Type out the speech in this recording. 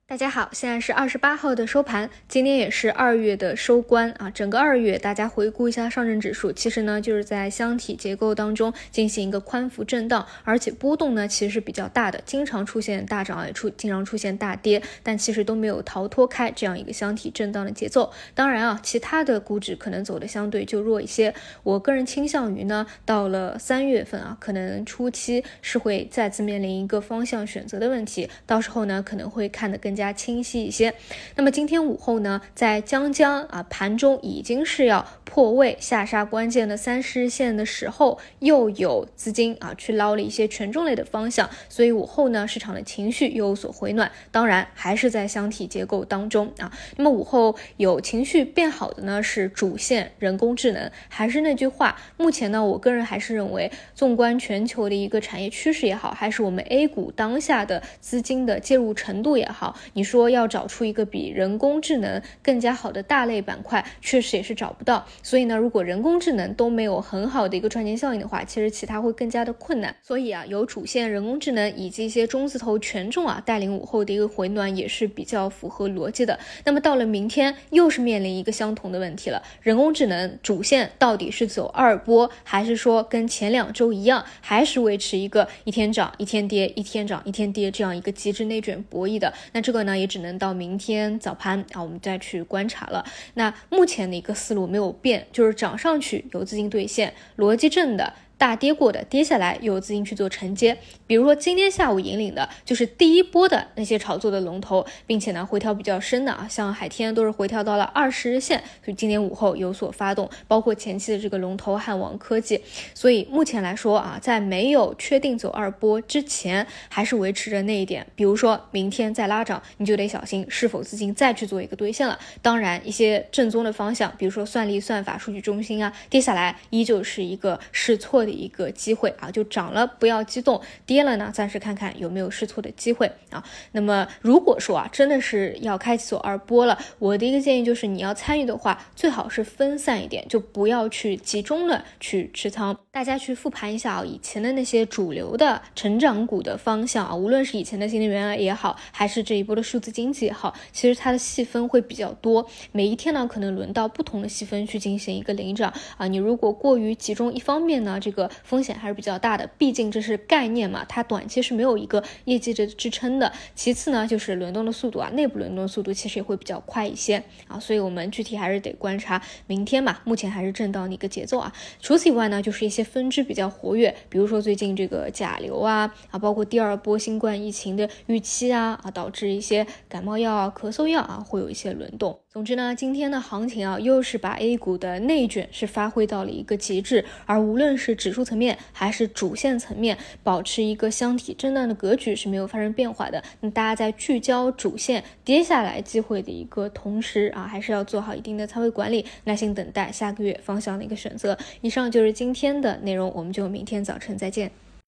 大家好，现在是28号的收盘，今天也是2月的收官啊。整个2月大家回顾一下上证指数，其实呢就是在箱体结构当中进行一个宽幅震荡，而且波动呢其实是比较大的，经常出现大涨，也经常出现大跌，但其实都没有逃脱开这样一个箱体震荡的节奏。当然啊，其他的股指可能走的相对就弱一些。我个人倾向于呢，到了3月份啊，可能初期是会再次面临一个方向选择的问题，到时候呢可能会看得更加清晰一些。那么今天午后呢，在将盘中已经是要破位下杀关键的30日线的时候，又有资金去捞了一些权重类的方向，所以午后呢市场的情绪又有所回暖，当然还是在箱体结构当中啊。那么午后有情绪变好的呢是主线人工智能，还是那句话，目前呢我个人还是认为，纵观全球的一个产业趋势也好，还是我们 A 股当下的资金的介入程度也好，你说要找出一个比人工智能更加好的大类板块，确实也是找不到。所以呢，如果人工智能都没有很好的一个赚钱效应的话，其实其他会更加的困难。所以有主线人工智能以及一些中字头权重带领午后的一个回暖也是比较符合逻辑的。那么到了明天又是面临一个相同的问题了，人工智能主线到底是走2波，还是说跟前2周一样，还是维持一个一天涨一天跌，一天涨一天跌这样一个极致内卷博弈的？那这个呢也只能到明天早盘我们再去观察了。那目前的一个思路没有变，就是涨上去有资金兑现，逻辑正的大跌过的跌下来又有资金去做承接。比如说今天下午引领的就是第一波的那些炒作的龙头，并且呢回调比较深的像海天都是回调到了20日线，所以今天午后有所发动，包括前期的这个龙头汉王科技。所以目前来说在没有确定走2波之前，还是维持着那一点，比如说明天再拉涨，你就得小心是否资金再去做一个兑现了。当然一些正宗的方向，比如说算力算法数据中心跌下来依旧是一个试错的一个机会就涨了不要激动，跌了呢暂时看看有没有试错的机会那么如果说真的是要开启走2波了，我的一个建议就是你要参与的话，最好是分散一点，就不要去集中的去持仓。大家去复盘一下以前的那些主流的成长股的方向无论是以前的新能源也好，还是这一波的数字经济也好，其实它的细分会比较多，每一天呢可能轮到不同的细分去进行一个领涨你如果过于集中一方面呢，这个风险还是比较大的，毕竟这是概念嘛，它短期是没有一个业绩的支撑的。其次呢就是轮动的速度内部轮动的速度其实也会比较快一些所以我们具体还是得观察明天嘛，目前还是震荡的一个节奏除此以外呢，就是一些分支比较活跃，比如说最近这个甲流包括第2波新冠疫情的预期导致一些感冒药咳嗽药会有一些轮动。总之呢，今天的行情又是把 A 股的内卷是发挥到了一个极致，而无论是指数层面还是主线层面，保持一个箱体震荡的格局是没有发生变化的。那大家在聚焦主线跌下来机会的一个同时还是要做好一定的仓位管理，耐心等待下个月方向的一个选择。以上就是今天的内容，我们就明天早晨再见。